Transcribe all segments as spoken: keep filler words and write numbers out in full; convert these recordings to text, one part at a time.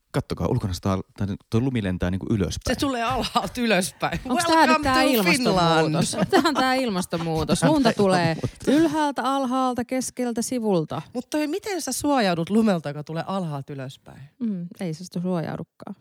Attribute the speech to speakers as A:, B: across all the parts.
A: Kattokaa, ulkona tuo lumi lentää niin kuin ylöspäin.
B: Se tulee alhaalta ylöspäin.
C: Onko tämä nyt tämä ilmastonmuutos? Tämä on tämä ilmastonmuutos. Lunta tulee ylhäältä, alhaalta, keskeltä, sivulta.
B: Mutta miten sä suojaudut lumelta, joka tulee alhaalta ylöspäin?
C: Mm, ei se sitä suojaudukaan.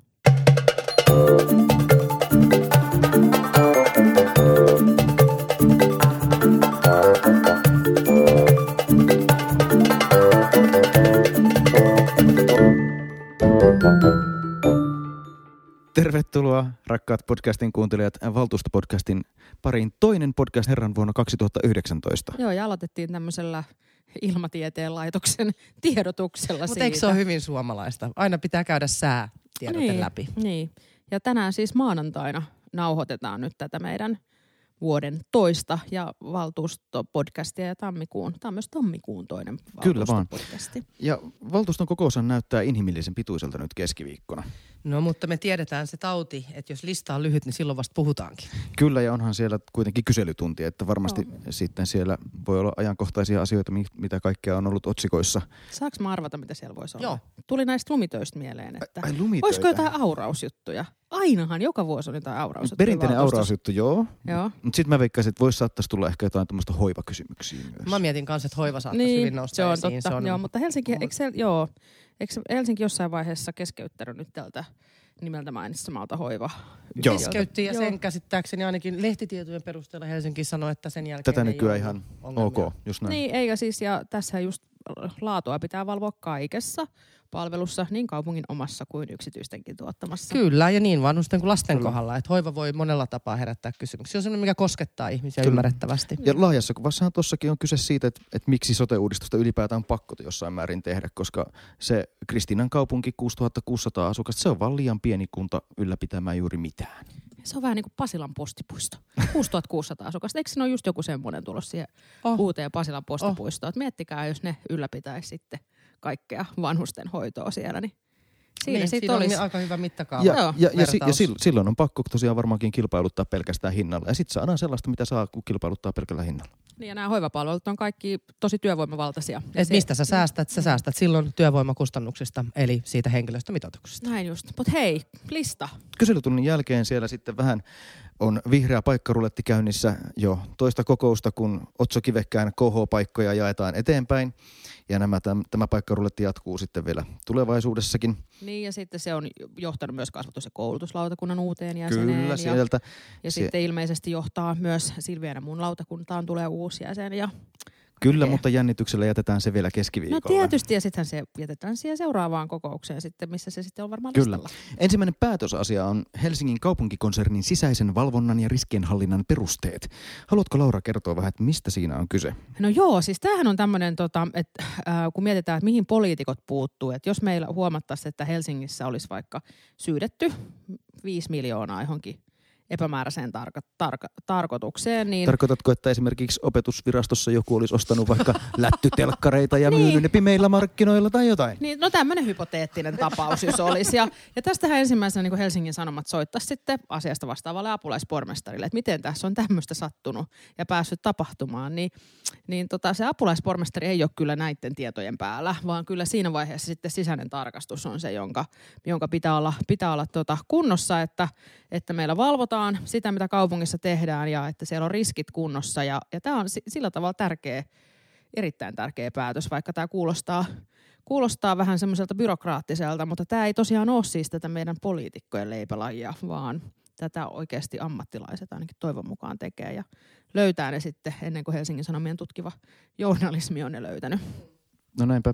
A: Tervetuloa, rakkaat podcastin kuuntelijat, Valtuustopodcastin pariin toinen podcast herran vuonna kaksituhattayhdeksäntoista.
C: Joo, ja aloitettiin tämmöisellä Ilmatieteen laitoksen tiedotuksella.
B: Mutta eikö se ole hyvin suomalaista? Aina pitää käydä säätiedote
C: niin,
B: läpi.
C: Niin, ja tänään siis maanantaina nauhoitetaan nyt tätä meidän vuoden toista ja valtuustopodcastia ja tammikuun. Tämä on myös tammikuun toinen valtuustopodcasti.
A: Ja valtuuston kokoushan näyttää inhimillisen pituiselta nyt keskiviikkona.
B: No mutta me tiedetään se tauti, että jos lista on lyhyt, niin silloin vasta puhutaankin.
A: Kyllä, ja onhan siellä kuitenkin kyselytunti, että varmasti no. sitten siellä voi olla ajankohtaisia asioita, mitä kaikkea on ollut otsikoissa.
C: Saanko mä arvata, mitä siellä voisi olla?
B: Joo.
C: Tuli näistä lumitöistä mieleen, että
A: ai, ai,
C: olisiko jotain aurausjuttuja? Ainahan joka vuosi on jotain aurausjuttuja.
A: Perinteinen aurausjuttu, joo.
C: joo.
A: Mutta sitten mä veikkaisin, että voisi saattaisi tulla ehkä jotain tämmöistä hoivakysymyksiä myös.
B: Mä mietin kanssa, että hoiva saattaisi
C: niin,
B: hyvin nostaa
C: se on
B: esiin.
C: Totta,
B: se on
C: joo, mutta Helsinki, eikö, se, joo, eikö Helsinki jossain vaiheessa keskeyttänyt nyt tältä nimeltä mainitsemalta hoiva?
A: Joo.
B: Keskeytti ja
C: joo.
B: sen käsittääkseni ainakin lehtitietojen perusteella Helsinki sanoi, että sen jälkeen
A: tätä
B: ei
A: nykyään ihan ongelmia. Ok, just näin.
C: Niin, eikä siis, ja tässä just laatua pitää valvoa kaikessa palvelussa, niin kaupungin omassa kuin yksityistenkin tuottamassa.
B: Kyllä, ja niin vanhusten kuin lasten Kyllä. kohdalla, että hoiva voi monella tapaa herättää kysymyksiä. Se on sellainen, mikä koskettaa ihmisiä Kyllä. ymmärrettävästi.
A: Ja laajassa kuvassahan tuossakin on kyse siitä, että, että miksi sote-uudistusta ylipäätään on pakko jossain määrin tehdä, koska se Kristiinan kaupunki kuusituhatta kuusisataa asukasta, se on vaan liian pieni kunta ylläpitämään juuri mitään.
C: Se on vähän niin kuin Pasilan postipuisto. kuusituhatta kuusisataa asukasta. Eikö siinä ole just joku semmoinen tulos siihen oh. uuteen Pasilan postipuistoon? Oh. Miettikää, jos ne ylläpitäisi sitten kaikkea vanhusten hoitoa siellä, niin siinä
B: niin,
C: sitten olisi
B: on aika hyvä mittakaava.
A: Ja, ja, ja, ja, ja silloin on pakko tosiaan varmaankin kilpailuttaa pelkästään hinnalla. Ja sitten saadaan sellaista, mitä saa, kun kilpailuttaa pelkällä hinnalla.
C: Niin ja nämä hoivapalvelut on kaikki tosi työvoimavaltaisia.
B: Et mistä sä säästät? Sä säästät silloin työvoimakustannuksista, eli siitä henkilöstömitoituksesta.
C: Näin just. Mutta hei, lista.
A: Kyselytunnin jälkeen siellä sitten vähän on vihreä paikkaruletti käynnissä jo toista kokousta, kun Otso Kivekkään K H-paikkoja jaetaan eteenpäin. Ja nämä, täm, tämä paikkaruletti jatkuu sitten vielä tulevaisuudessakin.
C: Niin ja sitten se on johtanut myös kasvatus- ja koulutuslautakunnan uuteen jäseneen.
A: Kyllä, sieltä.
C: Ja, ja
A: Sie-
C: sitten ilmeisesti johtaa myös Silvian ja mun lautakuntaan tulee uusi jäsen. Ja
A: Kyllä, okay. Mutta jännityksellä jätetään se vielä keskiviikolla.
C: No tietysti, ja sittenhän se jätetään siihen seuraavaan kokoukseen sitten, missä se sitten on varmaan
A: Kyllä.
C: listalla.
A: Ensimmäinen päätösasia on Helsingin kaupunkikonsernin sisäisen valvonnan ja riskienhallinnan perusteet. Haluatko Laura kertoa vähän, että mistä siinä on kyse?
C: No joo, siis tämähän on tämmöinen, tota, että äh, kun mietitään, että mihin poliitikot puuttuu, että jos meillä huomattaisiin, että Helsingissä olisi vaikka syydetty viisi miljoonaa johonkin epämääräiseen tarko- tarko- tarkoitukseen. Niin
A: Tarkoitatko, että esimerkiksi opetusvirastossa joku olisi ostanut vaikka lättytelkkareita ja myynyt ne pimeillä markkinoilla tai jotain?
C: Niin, no tämmöinen hypoteettinen tapaus, jos olisi. Ja, ja tästähän ensimmäisenä niin kuin Helsingin Sanomat soittaisi sitten asiasta vastaavalle apulaispormestarille, että miten tässä on tämmöistä sattunut ja päässyt tapahtumaan. Niin, niin tota, se apulaispormestari ei ole kyllä näiden tietojen päällä, vaan kyllä siinä vaiheessa sitten sisäinen tarkastus on se, jonka, jonka pitää olla, pitää olla tota kunnossa, että, että meillä valvotaan sitä, mitä kaupungissa tehdään ja että siellä on riskit kunnossa. Ja, ja tämä on sillä tavalla tärkeä, erittäin tärkeä päätös, vaikka tämä kuulostaa, kuulostaa vähän semmoiselta byrokraattiselta, mutta tämä ei tosiaan ole siis tätä meidän poliitikkojen leipälajia, vaan tätä oikeasti ammattilaiset ainakin toivon mukaan tekee ja löytää ne sitten ennen kuin Helsingin Sanomien tutkiva journalismi on ne löytänyt.
A: No näinpä.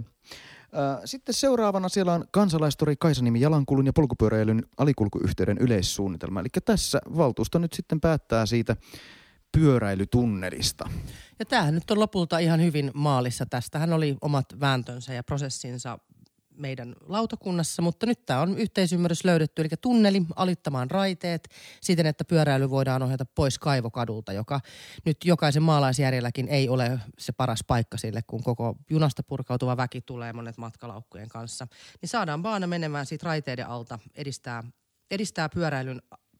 A: Sitten seuraavana siellä on kansalaistori Kaisaniemen jalankulun ja polkupyöräilyn alikulkuyhteyden yleissuunnitelma. Eli tässä valtuusto nyt sitten päättää siitä pyöräilytunnelista.
B: Ja tämähän nyt on lopulta ihan hyvin maalissa. Tästähän oli omat vääntönsä ja prosessinsa meidän lautakunnassa, mutta nyt tämä on yhteisymmärrys löydetty, eli tunneli alittamaan raiteet siten, että pyöräily voidaan ohjata pois Kaivokadulta, joka nyt jokaisen maalaisjärjelläkin ei ole se paras paikka sille, kun koko junasta purkautuva väki tulee monet matkalaukkujen kanssa. Niin saadaan baana menemään siitä raiteiden alta, edistää, edistää pyöräilyn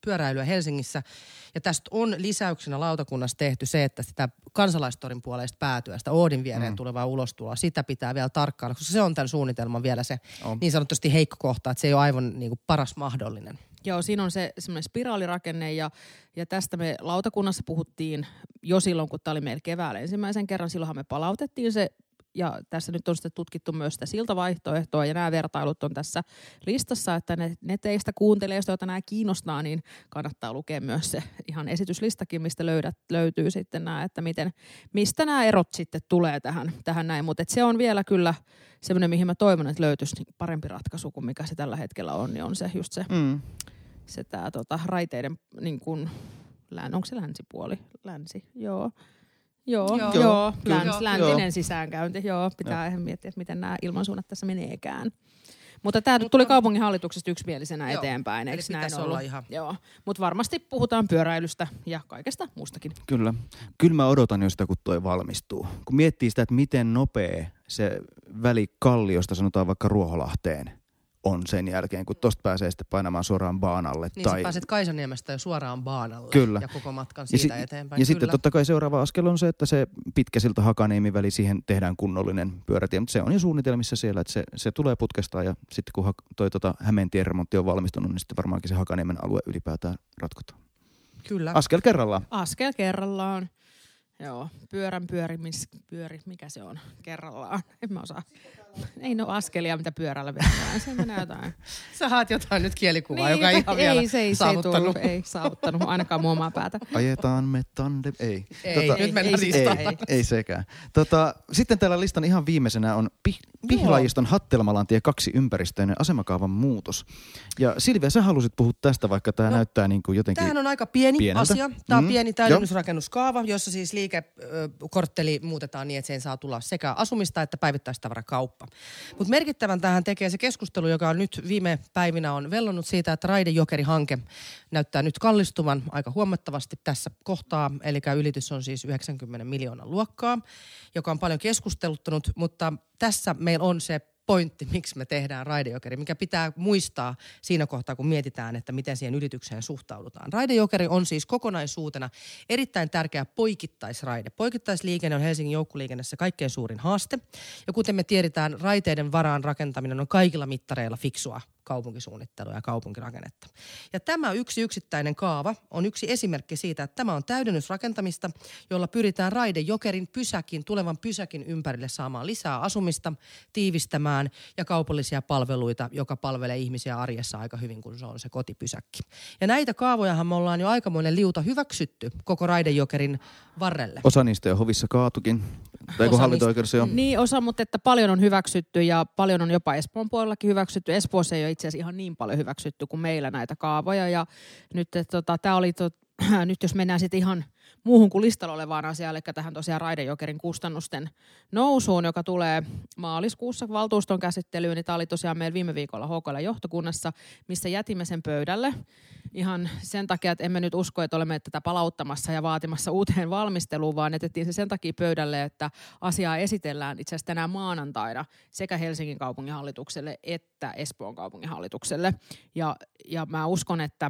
B: pyöräilyä Helsingissä. Ja tästä on lisäyksenä lautakunnassa tehty se, että sitä kansalaistorin puolesta päätyä, sitä Oodin viereen mm. tulevaa ulostuloa, sitä pitää vielä tarkkailla, koska se on tämän suunnitelman vielä se on. Niin sanotusti heikko kohta, että se ei ole aivan niin kuin paras mahdollinen.
C: Joo, siinä on se semmoinen spiraalirakenne ja, ja tästä me lautakunnassa puhuttiin jo silloin, kun tämä oli meillä keväällä ensimmäisen kerran. Silloinhan me palautettiin se ja tässä nyt on sitten tutkittu myös sitä siltavaihtoehtoa ja nämä vertailut on tässä listassa, että ne, ne teistä kuuntelijoista, joita nämä kiinnostaa, niin kannattaa lukea myös se ihan esityslistakin, mistä löydät, löytyy sitten nämä, että miten, mistä nämä erot sitten tulee tähän, tähän näin. Mutta se on vielä kyllä semmoinen, mihin mä toivon, että löytyisi parempi ratkaisu kuin mikä se tällä hetkellä on, niin on se just se, mm. se tää tota, raiteiden, niin kuin, län, onko se länsipuoli? Länsi, joo. Joo, joo, joo. Läns, läntinen joo. sisäänkäynti, joo, pitää joo. miettiä, että miten nämä ilmansuunnat tässä meneekään. Mutta tämä Mutta, tuli kaupunginhallituksesta yksimielisenä joo, eteenpäin, eikö näin ollut? Ihan. Joo, mutta varmasti puhutaan pyöräilystä ja kaikesta muustakin.
A: Kyllä. Kyllä mä odotan jo sitä, kun toi valmistuu. Kun miettii sitä, että miten nopea se väli Kalliosta, sanotaan vaikka Ruoholahteen, on sen jälkeen, kun tosta pääsee sitten painamaan suoraan baanalle.
B: Niin
A: tai...
B: sä pääset Kaisaniemestä jo suoraan baanalle
A: Kyllä.
B: ja koko matkan siitä
A: ja si-
B: eteenpäin.
A: Ja Kyllä. sitten totta kai seuraava askel on se, että se pitkä silta Hakaniemi-väli, siihen tehdään kunnollinen pyörätie. Mutta se on jo suunnitelmissa siellä, että se, se tulee putkestaan ja sitten kun ha- toi tota Hämeentien remontti on valmistunut, niin sitten varmaankin se Hakaniemen alue ylipäätään ratkotaan.
B: Kyllä.
A: Askel kerrallaan.
C: Askel kerrallaan. Joo, pyörän pyörimis, pyöri, mikä se on, kerrallaan. En mä osaa. Ei no askelia, mitä pyörällä vedetään. Se menee jotain.
B: Sä haat jotain nyt kielikuvaa,
C: niin,
B: joka ei ihan vielä
C: ei, se ei,
B: saavuttanut.
C: Se ei, ei saavuttanut, ainakaan mun omaa päätä.
A: Ajetaan me tandem. Ei.
B: Ei, tota, nyt mennään
A: ei,
B: listaan.
A: Ei, ei, ei sekään. Tota, sitten täällä listan ihan viimeisenä on Pih- Pihlajiston Hattelmalantie kaksi ympäristöinen asemakaavan muutos. Ja Silvia, sä halusit puhua tästä, vaikka tämä no, näyttää niin kuin jotenkin
B: tämähän on aika pieni pieneltä. asia. Tämä on mm, pieni täydennysrakennuskaava, jossa siis liikekortteli muutetaan niin, että sen saa tulla sekä asumista että päivittäistavarakauppa. Mutta merkittävän tähän tekee se keskustelu, joka on nyt viime päivinä on vellonut siitä, että Raide-Jokeri-hanke näyttää nyt kallistuvan aika huomattavasti tässä kohtaa. Eli ylitys on siis yhdeksänkymmentä miljoonan luokkaa, joka on paljon keskusteluttanut, mutta tässä meillä on se pointti, miksi me tehdään Raide-Jokeri, mikä pitää muistaa siinä kohtaa, kun mietitään, että miten siihen ylitykseen suhtaudutaan. Raide-Jokeri on siis kokonaisuutena erittäin tärkeä poikittaisraide. Poikittaisliikenne on Helsingin joukkoliikenteessä kaikkein suurin haaste. Ja kuten me tiedetään, raiteiden varaan rakentaminen on kaikilla mittareilla fiksua kaupunkisuunnittelua ja kaupunkirakennetta. Ja tämä yksi yksittäinen kaava on yksi esimerkki siitä, että tämä on täydennysrakentamista, jolla pyritään Raide-Jokerin pysäkin, tulevan pysäkin ympärille saamaan lisää asumista, tiivistämään ja kaupallisia palveluita, joka palvelee ihmisiä arjessa aika hyvin, kun se on se kotipysäkki. Ja näitä kaavojahan me ollaan jo aikamoinen liuta hyväksytty koko Raide-Jokerin varrelle.
A: Osa niistä jo hovissa kaatukin. Tai kun hallinto-oikeudessa jo.
C: Niin osa, mutta että paljon on hyväksytty ja paljon on jopa Espoon puolellakin hyväksytty. Espoossa ei ole itse asiassa ihan niin paljon hyväksytty kuin meillä näitä kaavoja. Ja nyt tota, tämä oli, tot, nyt jos mennään sitten ihan muuhun kuin listalla olevaan asiaan, eli tähän tosiaan Raide-Jokerin kustannusten nousuun, joka tulee maaliskuussa valtuuston käsittelyyn, niin tämä oli tosiaan meillä viime viikolla H K L-johtokunnassa, missä jätimme sen pöydälle. Ihan sen takia, että emme nyt usko, että olemme tätä palauttamassa ja vaatimassa uuteen valmisteluun, vaan jätettiin se sen takia pöydälle, että asiaa esitellään itse asiassa tänään maanantaina sekä Helsingin kaupunginhallitukselle että Espoon kaupunginhallitukselle. Ja, ja mä uskon, että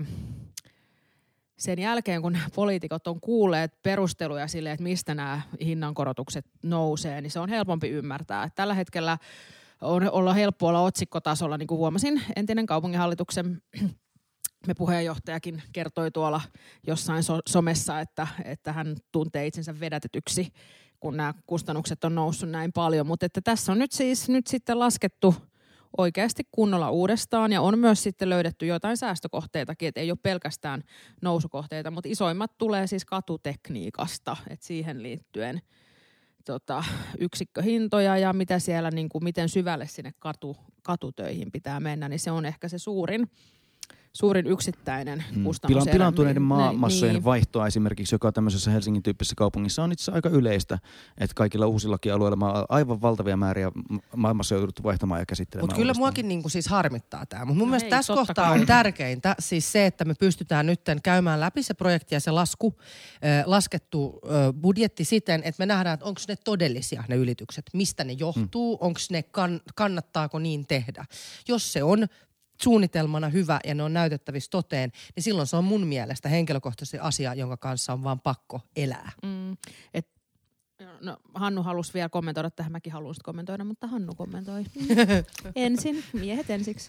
C: sen jälkeen, kun poliitikot on kuulleet perusteluja sille, että mistä nämä hinnankorotukset nousee, niin se on helpompi ymmärtää. Että tällä hetkellä on olla helppo olla otsikkotasolla, niin kuin huomasin entinen kaupunginhallituksen me puheenjohtajakin kertoi tuolla jossain so- somessa, että, että hän tuntee itsensä vedätetyksi, kun nämä kustannukset on noussut näin paljon. Mutta että tässä on nyt siis nyt sitten laskettu oikeasti kunnolla uudestaan ja on myös sitten löydetty jotain säästökohteitakin, että ei ole pelkästään nousukohteita, mutta isoimmat tulee siis katutekniikasta, että siihen liittyen tota, yksikköhintoja ja mitä siellä, niin kuin, miten syvälle sinne katu, katutöihin pitää mennä, niin se on ehkä se suurin. Suurin yksittäinen kustannuserä.
A: Pilaantuneiden maamassojen niin. vaihtoa esimerkiksi, joka tämmöisessä Helsingin tyyppisessä kaupungissa on itse asiassa aika yleistä, että kaikilla uusillakin alueilla on aivan valtavia määriä maamassoja jouduttu vaihtamaan ja käsittelemään.
B: Mutta kyllä
A: uudestaan.
B: muakin niinku siis harmittaa tämä. Mutta mun no mielestä
C: hei,
B: tässä kohtaa
C: kai.
B: on tärkeintä siis se, että me pystytään nyt käymään läpi se projekti ja se lasku, äh, laskettu äh, budjetti siten, että me nähdään, että onko ne todellisia ne ylitykset, mistä ne johtuu, mm. onko ne, kann- kannattaako niin tehdä. Jos se on suunnitelmana hyvä ja ne on näytettävissä toteen, niin silloin se on mun mielestä henkilökohtaisesti asia, jonka kanssa on vaan pakko elää.
C: Mm, et, no, Hannu halusi vielä kommentoida tähän, mäkin haluan kommentoida, mutta Hannu kommentoi. Ensin, miehet ensiksi.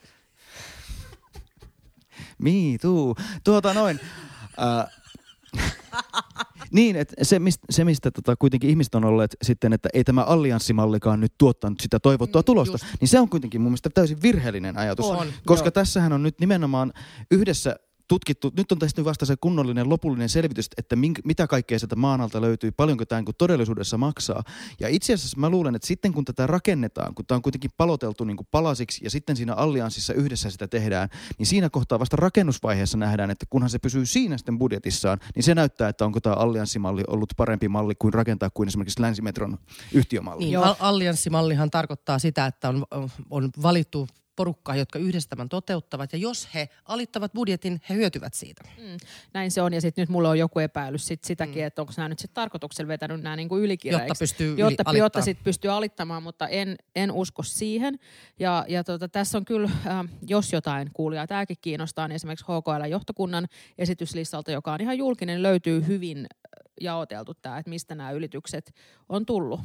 A: Me too. Tuota noin. Uh, niin, että se, mistä, se, mistä tota, kuitenkin ihmiset on olleet sitten, että ei tämä allianssimallikaan nyt tuottanut sitä toivottua mm, tulosta, just. Niin se on kuitenkin mun mielestä täysin virheellinen ajatus. On, koska joo. Tässähän on nyt nimenomaan yhdessä tutkittu, nyt on tehty vasta se kunnollinen lopullinen selvitys, että mink, mitä kaikkea sieltä maan alta löytyy, paljonko tämä niin todellisuudessa maksaa. Ja itse asiassa mä luulen, että sitten kun tätä rakennetaan, kun tämä on kuitenkin paloteltu niin kuin palasiksi ja sitten siinä allianssissa yhdessä sitä tehdään, niin siinä kohtaa vasta rakennusvaiheessa nähdään, että kunhan se pysyy siinä sitten budjetissaan, niin se näyttää, että onko tämä allianssimalli ollut parempi malli kuin rakentaa kuin esimerkiksi Länsimetron yhtiömalli.
B: Niin, al- allianssimallihan tarkoittaa sitä, että on, on valittu porukkaa, jotka yhdessä tämän toteuttavat, ja jos he alittavat budjetin, he hyötyvät siitä.
C: Mm, näin se on, ja sitten nyt mulla on joku epäilys sit sitäkin, mm. että onko nämä nyt sitten tarkoituksella vetänyt nämä niinku ylikireiksi.
B: Jotta pystyy
C: jotta,
B: yli
C: jotta sit pystyy alittamaan, mutta en, en usko siihen. Ja, ja tota, tässä on kyllä, äh, jos jotain kuulijaa tämäkin kiinnostaa, niin esimerkiksi H K L-johtokunnan esityslistalta, joka on ihan julkinen, löytyy hyvin jaoteltu tämä, että mistä nämä ylitykset on tullut.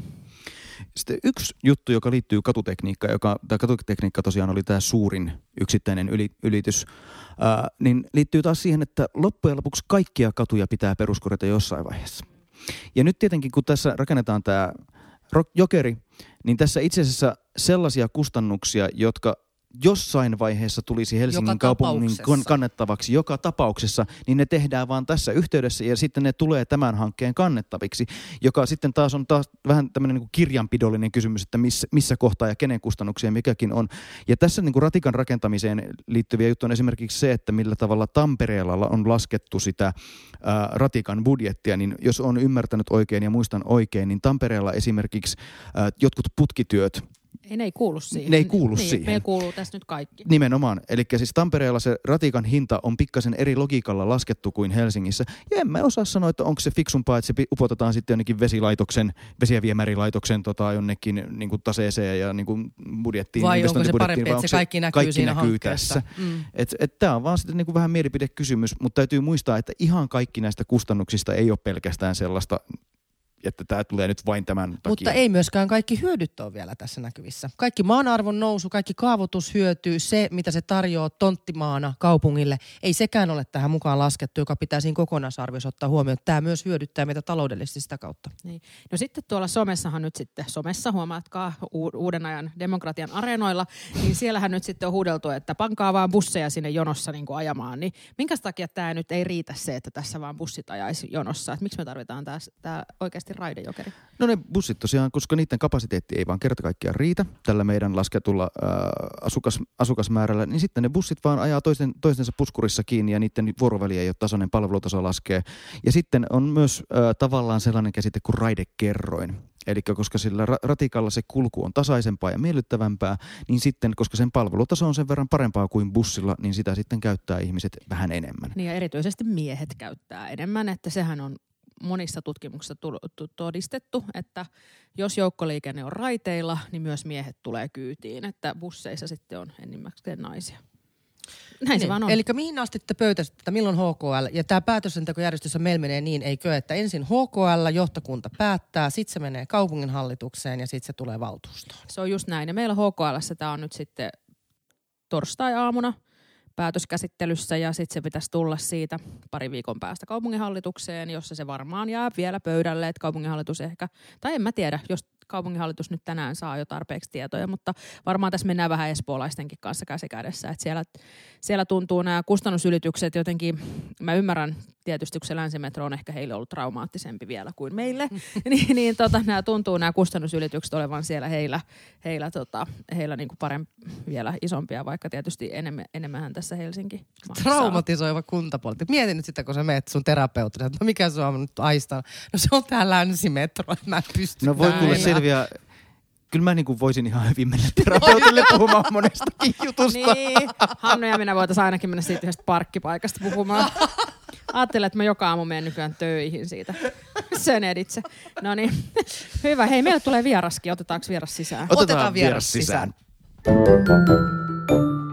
A: Sitten yksi juttu, joka liittyy katutekniikkaan, joka, tämä katutekniikka tosiaan oli tämä suurin yksittäinen yli, ylitys, ää, niin liittyy taas siihen, että loppujen lopuksi kaikkia katuja pitää peruskorjata jossain vaiheessa. Ja nyt tietenkin, kun tässä rakennetaan tämä jokeri, niin tässä itse asiassa sellaisia kustannuksia, jotka jossain vaiheessa tulisi Helsingin joka kaupungin kannettavaksi joka tapauksessa, niin ne tehdään vaan tässä yhteydessä ja sitten ne tulee tämän hankkeen kannettaviksi, joka sitten taas on taas vähän tämmöinen niin kuin kirjanpidollinen kysymys, että missä, missä kohtaa ja kenen kustannuksia mikäkin on. Ja tässä niin kuin ratikan rakentamiseen liittyviä juttuja on esimerkiksi se, että millä tavalla Tampereella on laskettu sitä ää, ratikan budjettia, niin jos on ymmärtänyt oikein ja muistan oikein, niin Tampereella esimerkiksi ää, jotkut putkityöt,
C: Ei, ne ei kuulu siihen.
A: Ne ei kuulu
C: niin,
A: siihen.
C: Meillä kuuluu tässä nyt kaikki.
A: Nimenomaan. Eli siis Tampereella se ratikan hinta on pikkasen eri logiikalla laskettu kuin Helsingissä. Ja en mä osaa sanoa, että onko se fiksumpaa, että se upotetaan sitten jonnekin vesilaitoksen, vesi- ja viemärilaitoksen tota, jonnekin niin kuin taseeseen ja niin kuin budjettiin.
B: Vai onko se parempi, että se kaikki näkyy
A: kaikki
B: siinä
A: näkyy
B: hankkeessa?
A: Tässä. Mm. Että et tämä on vaan sitten niin kuin vähän mielipidekysymys, mutta täytyy muistaa, että ihan kaikki näistä kustannuksista ei ole pelkästään sellaista, että tämä tulee nyt vain tämän takia.
B: Mutta ei myöskään kaikki hyödyt ole vielä tässä näkyvissä. Kaikki maanarvon nousu, kaikki kaavoitus hyötyy, se mitä se tarjoaa tonttimaana kaupungille, ei sekään ole tähän mukaan laskettu, joka pitää siinä kokonaisarviossa ottaa huomioon. Tämä myös hyödyttää meitä taloudellisesti sitä kautta.
C: Niin. No sitten tuolla somessahan nyt sitten, somessa huomaatkaa u- uuden ajan demokratian areenoilla, niin siellähän nyt sitten on huudeltu, että pankaa vaan busseja sinne jonossa niin kuin ajamaan. Niin minkä takia tämä nyt ei riitä se, että tässä vaan bussit ajaisi jonossa? Et miksi me tarvitaan tämä oikeasti raidejokeri?
A: No ne bussit tosiaan, koska niiden kapasiteetti ei vaan kerta kaikkiaan riitä tällä meidän lasketulla ää, asukas, asukasmäärällä, niin sitten ne bussit vaan ajaa toisten, toistensa puskurissa kiinni ja niiden vuoroväliä ei ole tasainen, palvelutaso laskee. Ja sitten on myös ää, tavallaan sellainen käsite kuin raidekerroin. Eli koska sillä ratikalla se kulku on tasaisempaa ja miellyttävämpää, niin sitten, koska sen palvelutaso on sen verran parempaa kuin bussilla, niin sitä sitten käyttää ihmiset vähän enemmän.
C: Niin ja erityisesti miehet käyttää enemmän, että sehän on monissa tutkimuksissa todistettu, että jos joukkoliikenne on raiteilla, niin myös miehet tulee kyytiin, että busseissa sitten on enimmäkseen naisia. Näin niin, se vaan on.
B: Eli mihin asti te pöytäsitte, että milloin H K L, ja tämä päätöksentekojärjestys meillä menee niin, eikö, että ensin H K L, johtokunta päättää, sitten se menee kaupunginhallitukseen ja sitten se tulee valtuustoon.
C: Se on just näin, ja meillä H K L:ssä tämä on nyt sitten torstai-aamuna päätöskäsittelyssä ja sitten se pitäisi tulla siitä pari viikon päästä kaupunginhallitukseen, jossa se varmaan jää vielä pöydälle, että kaupunginhallitus ehkä, tai en mä tiedä, jos kaupunginhallitus nyt tänään saa jo tarpeeksi tietoja, mutta varmaan tässä mennään vähän espoolaistenkin kanssa käsi kädessä, että siellä, siellä tuntuu nämä kustannusylitykset jotenkin, mä ymmärrän tietysti, kun se Länsimetro on ehkä heille ollut traumaattisempi vielä kuin meille, niin, niin tota, nämä tuntuu nämä kustannusylitykset olevan siellä heillä, heillä, tota, heillä niinku parempi, vielä isompia, vaikka tietysti enemmän, enemmänhän tässä Helsinki maksaa.
B: Traumatisoiva kuntapolitiikka. Mietin nyt sitä, kun sä meet sun terapeutille, että no mikä sua on nyt aistaa? No se on tää Länsimetro, että mä en pysty.
A: No voi kuule Silvia, kyllä mä niin voisin ihan hyvin mennä terapeutille puhumaan monestakin jutusta.
C: Niin, Hannu ja minä voitaisiin ainakin mennä siitä yhdestä parkkipaikasta puhumaan. Ajattelen, että mä joka aamu menen nykyään töihin siitä. Sen editse. No niin, hyvä. Hei, meille tulee vieraskin. Otetaanko vieras sisään?
A: Otetaan, Otetaan vieras sisään.
C: No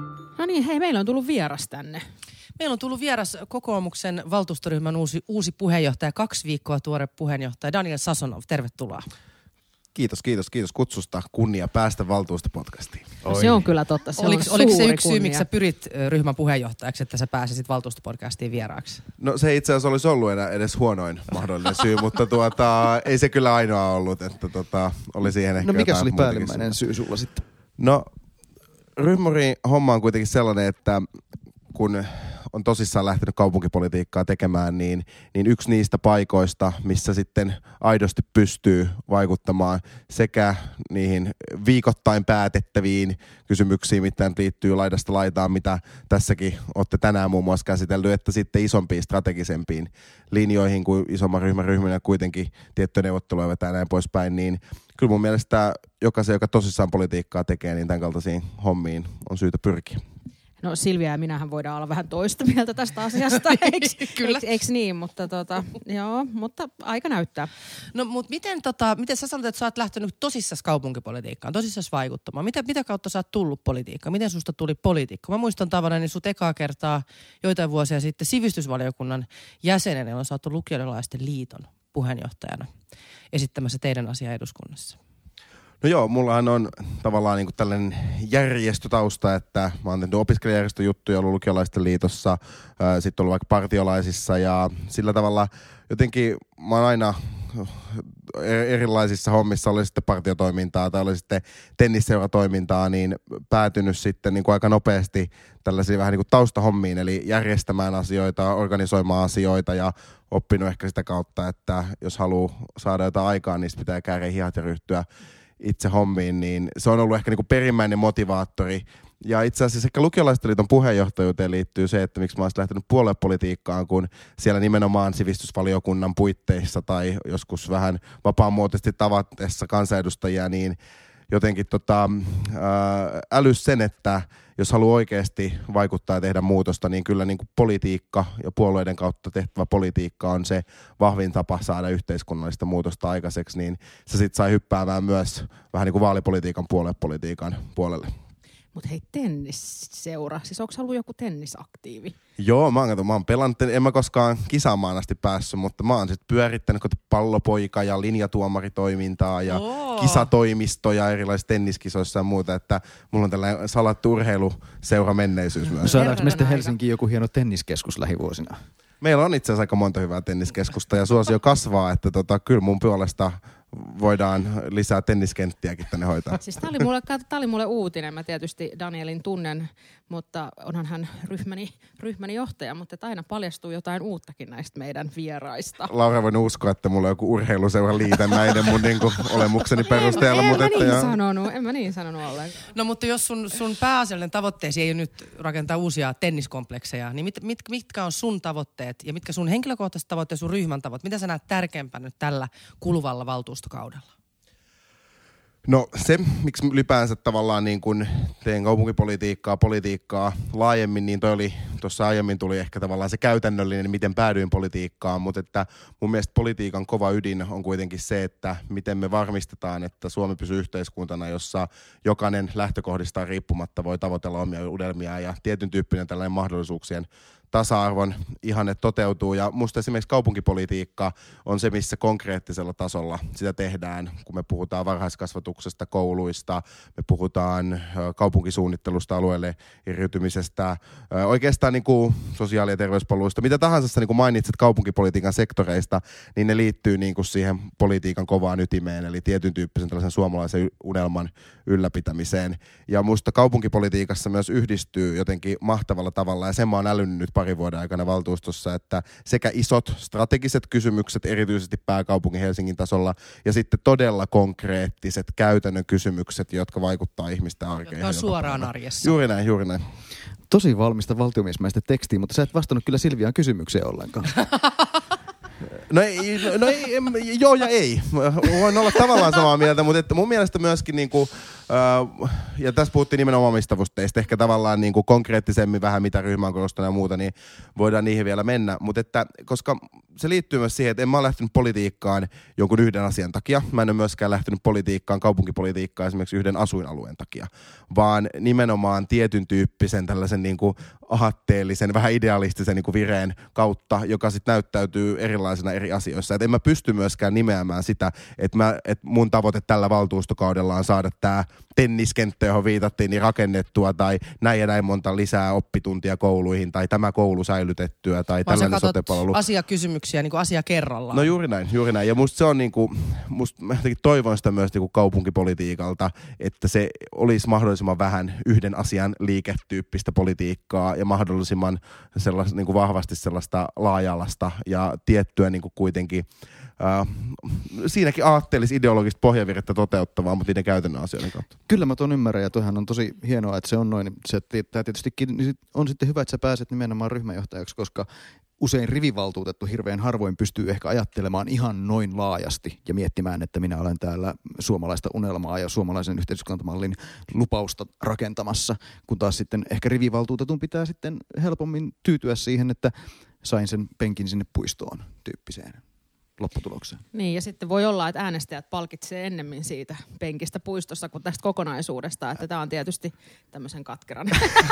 C: No niin, hei, meillä on tullut vieras tänne.
B: Meillä on tullut vieras kokoomuksen valtuustoryhmän uusi, uusi puheenjohtaja, kaksi viikkoa tuore puheenjohtaja Daniel Sasonov. Tervetuloa.
D: Kiitos, kiitos, kiitos kutsusta. Kunnia päästä valtuustopodcastiin.
C: No, se on kyllä totta. Se
B: oliko,
C: on
B: oliko se
C: suuri
B: yksi syy,
C: kunnia.
B: miksi sä pyrit ryhmän puheenjohtajaksi, että sä pääsisit valtuustopodcastiin vieraaksi?
D: No se itse asiassa olisi ollut enää edes huonoin mahdollinen syy, mutta tuota, ei se kyllä ainoa ollut, että tota, oli siihen ehkä
A: No mikä oli
D: jotain
A: päällimmäinen syy sulla sitten?
D: No ryhmärin homma on kuitenkin sellainen, että kun on tosissaan lähtenyt kaupunkipolitiikkaa tekemään, niin, niin yksi niistä paikoista, missä sitten aidosti pystyy vaikuttamaan sekä niihin viikoittain päätettäviin kysymyksiin, mitä liittyy laidasta laitaan, mitä tässäkin olette tänään muun muassa käsitellyt, että sitten isompiin strategisempiin linjoihin, kuin isomman ryhmän ryhmänä kuitenkin tiettyjä neuvotteluja vetää näin poispäin, niin kyllä mun mielestä jokaisen, joka tosissaan politiikkaa tekee, niin tämän kaltaisiin hommiin on syytä pyrkiä.
C: No Silvia ja minähän voidaan olla vähän toista mieltä tästä asiasta, eikö,
B: Kyllä.
C: eikö, eikö niin, mutta, tota, joo, mutta aika näyttää.
B: No mutta miten, tota, miten sä sanot, että sä oot lähtenyt tosissaan kaupunkipolitiikkaan, tosissaan vaikuttamaan? Mitä, mitä kautta sä oot tullut politiikkaan? Miten susta tuli poliitikko? Mä muistan tavallaan niin sut ekaa kertaa joitain vuosia sitten sivistysvaliokunnan jäsenenä, jolloin sä oot lukiolaisten liiton puheenjohtajana esittämässä teidän asiaa eduskunnassa.
D: No joo, mullahan on tavallaan niin kuin tällainen järjestötausta, että mä oon tehnyt opiskelijajärjestöjuttuja, ollut lukiolaisten liitossa, sitten ollut vaikka partiolaisissa ja sillä tavalla jotenkin mä oon aina erilaisissa hommissa, oli sitten partiotoimintaa tai oli sitten tennisseuratoimintaa, niin päätynyt sitten niin kuin aika nopeasti tällaisiin vähän niin kuin taustahommiin, eli järjestämään asioita, organisoimaan asioita ja oppinut ehkä sitä kautta, että jos haluaa saada jotain aikaa, niin pitää kääriä hihat ja ryhtyä itse hommiin, niin se on ollut ehkä niinku perimmäinen motivaattori. Ja itse asiassa ehkä lukiolaisten liiton puheenjohtajuuteen liittyy se, että miksi mä olisin lähtenyt puoluepolitiikkaan, kun siellä nimenomaan sivistysvaliokunnan puitteissa tai joskus vähän vapaamuotoisesti tavatessa kansanedustajia, niin jotenkin tota, ää, älys sen, että jos haluaa oikeasti vaikuttaa ja tehdä muutosta, niin kyllä niin kuin politiikka ja puolueiden kautta tehtävä politiikka on se vahvin tapa saada yhteiskunnallista muutosta aikaiseksi, niin se sitten sai hyppäämään myös vähän niin kuin vaalipolitiikan puoluepolitiikan puolelle.
C: Mutta hei, tennisseura. Siis onko ollut joku tennisaktiivi?
D: Joo, mä oon, mä oon pelannut, en mä koskaan kisaamaan asti päässyt, mutta mä oon sitten pyörittänyt pallopoika- ja linjatuomaritoimintaa ja
B: Oo.
D: kisatoimistoja erilaisissa tenniskisoissa ja muuta, että mulla on tällainen salattu urheiluseura menneisyys myös.
A: Saadaanko me sitten
C: aika.
A: Helsinkiin joku hieno tenniskeskus lähivuosina?
D: Meillä on itse asiassa aika monta hyvää tenniskeskusta ja suosio kasvaa, että tota, kyllä mun puolesta voidaan lisää tenniskenttiäkin tänne hoitaa.
C: Siis tää oli mulle, tää oli mulle uutinen. Mä tietysti Danielin tunnen, mutta onhan hän ryhmäni, ryhmäni johtaja, mutta aina paljastuu jotain uuttakin näistä meidän vieraista.
D: Laura, voin uskoa, että mulla on joku urheiluseura liitännäinen mun niinku olemukseni perusteella.
C: En,
D: mutta
C: en, mä
D: että
C: niin
D: ja...
C: sanonut, en mä niin sanonut ollenkaan.
B: No mutta jos sun, sun pääasiallinen tavoitteesi ei ole nyt rakentaa uusia tenniskomplekseja, niin mit, mit, mitkä on sun tavoitteet ja mitkä sun henkilökohtaiset tavoitteet, sun ryhmän tavoitteet? Mitä sä näet tärkeämpänä nyt tällä kuluvalla valtuustokaudella?
D: No se, miksi ylipäänsä tavallaan niin kun teen kaupunkipolitiikkaa, politiikkaa laajemmin, niin toi oli, tuossa aiemmin tuli ehkä tavallaan se käytännöllinen, miten päädyin politiikkaan, mutta että mun mielestä politiikan kova ydin on kuitenkin se, että miten me varmistetaan, että Suomi pysyy yhteiskuntana, jossa jokainen lähtökohdistaan riippumatta voi tavoitella omia unelmiaan ja tietyn tyyppinen tällainen mahdollisuuksien tasa-arvon ihanne toteutuu ja musta esimerkiksi kaupunkipolitiikka on se, missä konkreettisella tasolla sitä tehdään, kun me puhutaan varhaiskasvatuksesta, kouluista, me puhutaan kaupunkisuunnittelusta, alueelle eriytymisestä, oikeastaan niin kuin sosiaali- ja terveyspalveluista, mitä tahansa niin kuin mainitset kaupunkipolitiikan sektoreista, niin ne liittyy niin kuin siihen politiikan kovaan ytimeen, eli tietyn tyyppisen tällaisen suomalaisen unelman ylläpitämiseen. Ja musta kaupunkipolitiikassa myös yhdistyy jotenkin mahtavalla tavalla, ja sen mä oon älynnyt nyt parin vuoden aikana valtuustossa, että sekä isot strategiset kysymykset, erityisesti pääkaupungin Helsingin tasolla, ja sitten todella konkreettiset käytännön kysymykset, jotka vaikuttaa ihmisten arkeen.
B: Jotka on suoraan arjessa.
D: Juuri näin, juuri näin.
A: Tosi valmista valtiomiesmäistä tekstiä, mutta sä et vastannut kyllä Silviaan kysymykseen ollenkaan.
D: No, ei, no ei, joo ja ei. Voin olla tavallaan samaa mieltä, mutta että mun mielestä myöskin niinku, Öö, ja tässä puhuttiin nimenomaan omistavuusteista, ehkä tavallaan niin kuin konkreettisemmin vähän mitä ryhmä on korostanut ja muuta, niin voidaan niihin vielä mennä. Mutta että, koska se liittyy myös siihen, että en mä ole lähtenyt politiikkaan jonkun yhden asian takia. Mä en ole myöskään lähtenyt politiikkaan, kaupunkipolitiikkaan esimerkiksi yhden asuinalueen takia, vaan nimenomaan tietyn tyyppisen tällaisen niin kuin ahatteellisen, vähän idealistisen niin kuin vireen kautta, joka sitten näyttäytyy erilaisena eri asioissa. Et en mä pysty myöskään nimeämään sitä, että, mä, että mun tavoite tällä valtuustokaudella on saada tämä tenniskenttä, johon viitattiin, niin rakennettua tai näin ja näin monta lisää oppituntia kouluihin tai tämä koulu säilytettyä tai
B: vaan
D: tällainen sote-palvelu.
B: Asiakysymyksiä niin kuin asia kerrallaan.
D: No juuri näin, juuri näin. Ja musta se on niinku, musta mä toivon sitä myös niinku kaupunkipolitiikalta, että se olisi mahdollisimman vähän yhden asian liiketyyppistä politiikkaa ja mahdollisimman sellaista, niinku vahvasti sellaista laaja-alasta ja tiettyä niinku kuitenkin Uh, siinäkin aatteellisi ideologista pohjavirrettä toteuttavaa, mutta niiden käytännön asioiden kautta.
A: Kyllä mä tuon ymmärrän ja toihan on tosi hienoa, että se on noin. Se, tämä tietystikin niin on sitten hyvä, että sä pääset nimenomaan ryhmäjohtajaksi, koska usein rivivaltuutettu hirveän harvoin pystyy ehkä ajattelemaan ihan noin laajasti ja miettimään, että minä olen täällä suomalaista unelmaa ja suomalaisen yhteiskuntamallin lupausta rakentamassa, kun taas sitten ehkä rivivaltuutetun pitää sitten helpommin tyytyä siihen, että sain sen penkin sinne puistoon tyyppiseen lopputulokseen.
C: Niin, ja sitten voi olla, että äänestäjät palkitsee ennemmin siitä penkistä puistossa kuin tästä kokonaisuudesta, että tämä on tietysti tämmöisen katkeran,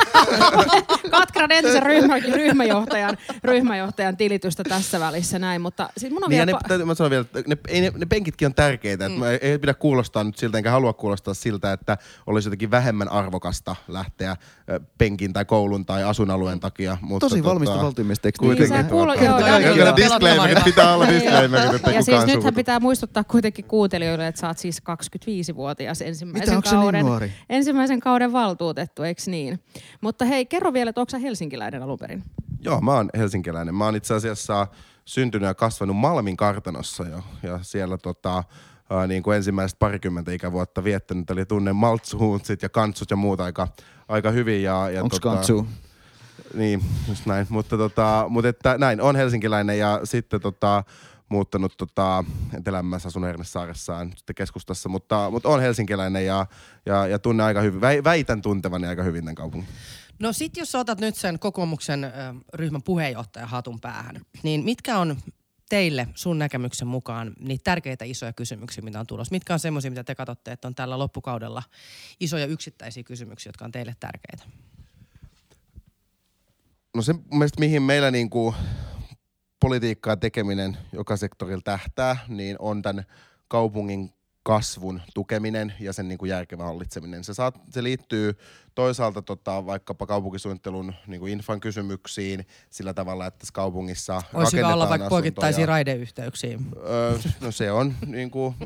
C: katkeran entisen ryhmä, ryhmäjohtajan, ryhmäjohtajan tilitystä tässä välissä näin, mutta sit mun on
D: niin,
C: vielä...
D: Ne, täytyy, mä sanon vielä, että ne, ne, ne penkitkin on tärkeitä, mm. että ei pidä kuulostaa nyt siltä, enkä halua kuulostaa siltä, että olisi jotenkin vähemmän arvokasta lähteä penkin tai koulun tai asuinalueen takia. Mutta
A: tosi
D: tota,
A: valmista valtiomiestä,
C: niin, sä kuulo, joo, joo,
D: disclaimerit pitää olla disclaimerit.
C: Ja siis nythän pitää muistuttaa kuitenkin kuuntelijoille, että sä oot siis kaksikymmentäviisivuotias ensimmäisen
A: Mitä,
C: kauden,
A: niin
C: ensimmäisen kauden valtuutettu, eikö niin? Mutta hei, kerro vielä, että onko sä helsinkiläinen alun perin?
D: Joo, mä oon helsinkiläinen. Mä oon itse asiassa syntynyt ja kasvanut Malmin kartanossa jo. Ja siellä tota, ää, niin kuin ensimmäiset parikymmentä ikävuotta viettänyt, eli tunnen maltsuhuutsit ja kantsut ja muuta aika, aika hyvin. Ja, ja
A: onks
D: tota,
A: kantsu?
D: Niin, just näin. Mutta, tota, mutta että näin, on helsinkiläinen ja sitten tota, muuttanut tota, Etelämässä, asun Hernesaaressaan sitten keskustassa, mutta, mutta on helsinkiläinen ja, ja, ja tunnen aika hyvin, väitän tuntevani aika hyvin tämän kaupungin.
B: No sit jos otat nyt sen kokoomuksen äh, ryhmän puheenjohtajan hatun päähän, niin mitkä on teille sun näkemyksen mukaan niitä tärkeitä isoja kysymyksiä, mitä on tulossa? Mitkä on semmoisia, mitä te katsotte, että on tällä loppukaudella isoja yksittäisiä kysymyksiä, jotka on teille tärkeitä?
D: No se mun mielestä, mihin meillä niinku politiikkaa tekeminen joka sektorilla tähtää, niin on tämän kaupungin kasvun tukeminen ja sen niin kuin järkevä hallitseminen. Se, saat, se liittyy toisaalta tota, vaikkapa kaupunkisuunnittelun niin kuin infran kysymyksiin sillä tavalla, että tässä kaupungissa rakennetaan asuntoja.
B: Voisi olla vaikka poikittaisia raideyhteyksiä?
D: Öö, no se on niin kuin,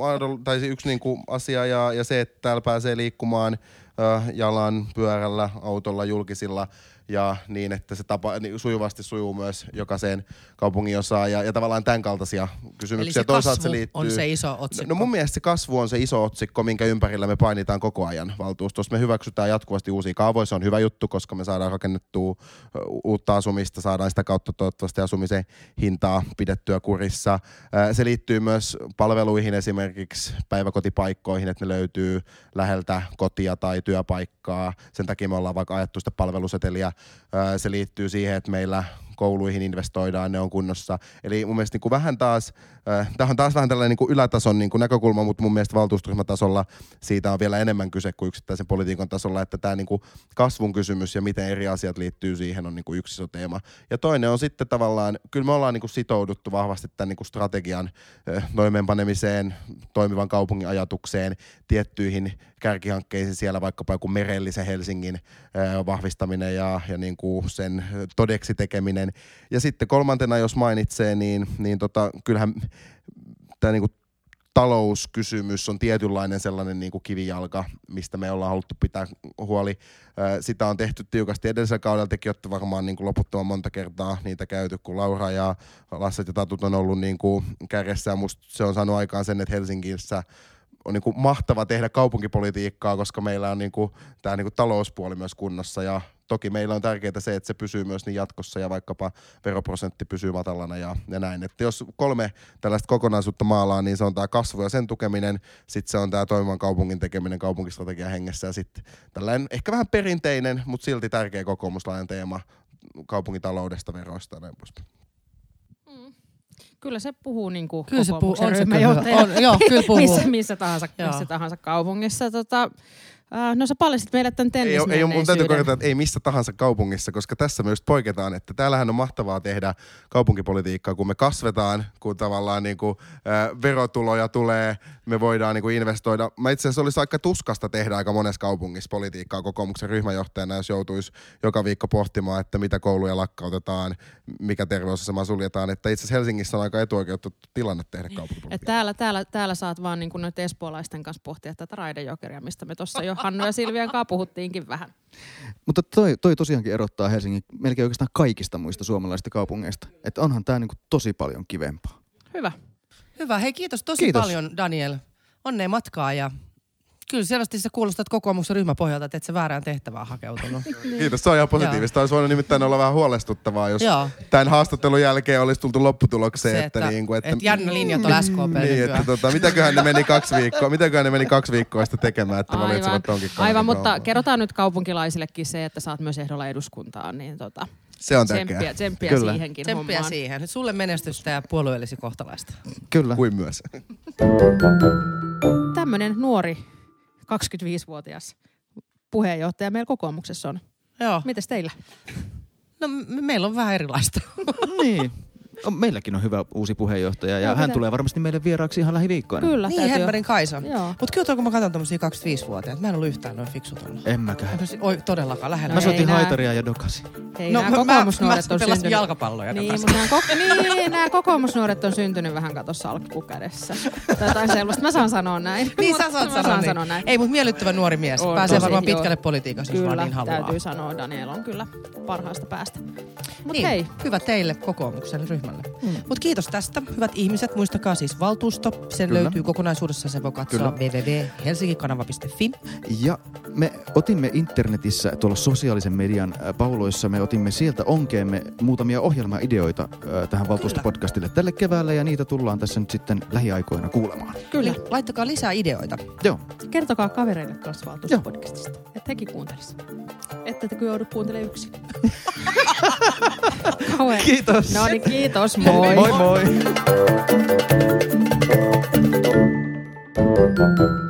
D: tai yksi niin kuin asia ja, ja se, että täällä pääsee liikkumaan öö, jalan, pyörällä, autolla, julkisilla ja niin, että se tapa, niin sujuvasti sujuu myös jokaiseen kaupungin osaan ja, ja tavallaan tämän kaltaisia kysymyksiä.
B: Eli se
D: toisaalta
B: kasvu
D: se liittyy,
B: on se iso otsikko?
D: No, no mun mielestä se kasvu on se iso otsikko, minkä ympärillä me painitaan koko ajan valtuustossa. Me hyväksytään jatkuvasti uusia kaavoja, se on hyvä juttu, koska me saadaan rakennettua uutta asumista, saadaan sitä kautta toivottavasti asumisen hintaa pidettyä kurissa. Se liittyy myös palveluihin, esimerkiksi päiväkotipaikkoihin, että ne löytyy läheltä kotia tai työpaikkaa. Sen takia me ollaan vaikka ajettu sitä palveluseteliä. Se liittyy siihen, että meillä kouluihin investoidaan, ne on kunnossa. Eli mun mielestä niin kuin vähän taas, äh, tämä on taas vähän tällainen niin kuin ylätason niin kuin näkökulma, mutta mun mielestä valtuustoryhmätasolla siitä on vielä enemmän kyse kuin yksittäisen politiikan tasolla, että tämä niin kuin kasvun kysymys ja miten eri asiat liittyy siihen on niin kuin yksi iso teema. Ja toinen on sitten tavallaan, kyllä me ollaan niin kuin sitouduttu vahvasti tämän niin kuin strategian äh, toimeenpanemiseen, toimivan kaupungin ajatukseen, tiettyihin kärkihankkeisiin siellä vaikkapa joku merellisen Helsingin äh, vahvistaminen ja, ja niin kuin sen todeksi tekeminen. Ja sitten kolmantena, jos mainitsee, niin, niin tota, kyllähän tämä niinku talouskysymys on tietynlainen sellainen niinku kivijalka, mistä me ollaan haluttu pitää huoli. Sitä on tehty tiukasti edellisellä kaudella, tekin olette varmaan niinku loputtoman monta kertaa niitä käyty, kun Laura ja Lasset ja Tatut on ollut niinku kärjessä. Musta se on saanut aikaan sen, että Helsingissä on niinku mahtava tehdä kaupunkipolitiikkaa, koska meillä on niinku tämä niinku talouspuoli myös kunnossa ja toki meillä on tärkeää se, että se pysyy myös niin jatkossa ja vaikkapa veroprosentti pysyy matalana ja, ja näin. Että jos kolme tällaista kokonaisuutta maalaa, niin se on tämä kasvu ja sen tukeminen, sitten se on tämä toimivan kaupungin tekeminen kaupunkistrategian hengessä ja sitten tällainen ehkä vähän perinteinen, mutta silti tärkeä kokoomuslainen teema kaupunkitaloudesta, veroista ja näin poispäin.
C: Kyllä se puhuu niin kuin
B: kyllä se puhuu,
C: kokoomuksen
B: on se
C: ryhmäjohtaja
B: on, joo, kyllä puhuu.
C: missä, missä, tahansa, missä tahansa kaupungissa. Tota, äh, no sä paljastit meille tämän tennismenneisyyden.
D: Ei, ei mun täytyy korjata, että ei missä tahansa kaupungissa, koska tässä myös poiketaan, että täällähän on mahtavaa tehdä kaupunkipolitiikkaa, kun me kasvetaan, kun tavallaan niin kuin, äh, verotuloja tulee, me voidaan niin kuin investoida. Mä itse asiassa olisi aika tuskasta tehdä aika monessa kaupungissa politiikkaa kokoomuksen ryhmäjohtajana, jos joutuisi joka viikko pohtimaan, että mitä kouluja lakkautetaan, mikä terveysasemaa suljetaan. Että itse asiassa Helsingissä on aika etuoikeutettu tilanne tehdä kaupunkipolitiikkaa.
C: Täällä, täällä, täällä saat vaan niin kuin nyt espoolaisten kanssa pohtia tätä raidejokeria, mistä me tuossa jo Hannu ja Silvian kanssa puhuttiinkin vähän.
A: Mutta toi, toi tosiaankin erottaa Helsingin melkein oikeastaan kaikista muista suomalaisista kaupungeista. Että onhan tää niinku tosi paljon kivempaa.
C: Hyvä.
B: Hyvä. Hei, kiitos tosi
A: Kiitos.
B: paljon, Daniel. Onnea matkaa ja kyllä selvästi sä kuulostat kokoomuksen ryhmäpohjalta, että et sä väärään tehtävään hakeutunut.
D: Kiitos, se on ihan positiivista. Olisi voinut nimittäin olla vähän huolestuttavaa, jos Joo. tämän haastattelun jälkeen olisi tultu lopputulokseen.
B: Se,
D: että,
B: että,
D: niin kuin, että
B: että jännä linjat on S K P.
D: Niin, että tota, mitäköhän ne meni kaksi viikkoa, mitäköhän ne meni kaksi viikkoa sitten tekemään, että
C: Aivan,
D: valitsevat tonkin
C: aivan mutta kerrotaan nyt kaupunkilaisillekin se, että sä oot myös ehdolla eduskuntaan, niin tota,
D: se on
C: tsemppiä,
D: tärkeää.
C: tsemppiä
A: Kyllä.
C: siihenkin
B: Tsemppiä
C: hommaan.
B: siihen. Sulle menestystä ja puolueellesi kohtalaista.
A: Kyllä.
D: Kuin myös.
C: Tämmönen nuori kaksikymmentäviisivuotias puheenjohtaja meillä kokoomuksessa on.
B: Joo.
C: Mites teillä?
B: No me- meillä on vähän erilaista.
A: Niin. On, meilläkin on hyvä uusi puheenjohtaja ja
C: Joo,
A: hän
C: pitää-
A: tulee varmasti meille vieraaksi ihan lähiviikkoina.
C: Kyllä,
B: Niin,
C: täytyy-
B: Hedbergin Kaisa.
C: Joo.
B: Mut kyllä kun mä katson tommosia kaksikymmentäviisivuotiaita, mä en ollut yhtään noin fiksut ollut.
A: En mäkään.
B: Enpä si- Oi, todellakaan lähellä.
A: Mä
C: ei
A: soitin
C: nää-
A: haitaria ja dokasin.
C: Hei,
B: No,
C: nämä
B: mä-
C: kokoomusnuoret
B: mä
C: on
B: pelasin
C: syntynyt...
B: jalkapalloja
C: Niin,
B: dokasin.
C: mutta nämä, kok- niin, nämä kokoomusnuoret on syntynyt vähän kato salkkukädessä. Tai jotain sellaista. Mä saan sanoa näin.
B: Niin
C: Mutta
B: sä saat
C: mä
B: sanoa,
C: saan
B: niin.
C: sanoa näin.
B: Ei, mutta miellyttävä nuori mies.
C: On
B: Pääsee
C: tosi,
B: varmaan
C: joo.
B: pitkälle politiikassa, jos vaan
C: Kyllä,
B: niin haluaa.
C: täytyy sanoa. Daniel on kyllä parhaasta päästä. Mut
B: Niin,
C: hei.
B: hyvä teille kokoomuksen ryhmälle. Mm. Mut kiitos tästä. Hyvät ihmiset, muistakaa siis valtuusto. Sen
A: Kyllä.
B: löytyy kokonaisuudessaan. Se voi katsoa
A: Kyllä.
B: double-u double-u double-u piste helsinkikanava piste fi.
A: Ja me otimme internetissä tuolla sosiaalisen median äh, pauloissa, me otimme sieltä onkeemme muutamia ohjelmaideoita äh, tähän valtuustopodcastille tälle keväälle ja niitä tullaan tässä nyt sitten lähiaikoina kuulemaan.
C: Kyllä.
B: Eli laittakaa lisää ideoita.
A: Joo.
C: Kertokaa kavereille kanssa valtuustopodcastista. Että hekin kuuntelis. Että te kyllä joudu kuuntelemaan yksin. Kauhean.
A: Kiitos.
C: No niin, kiitos. Moi.
A: Moi moi.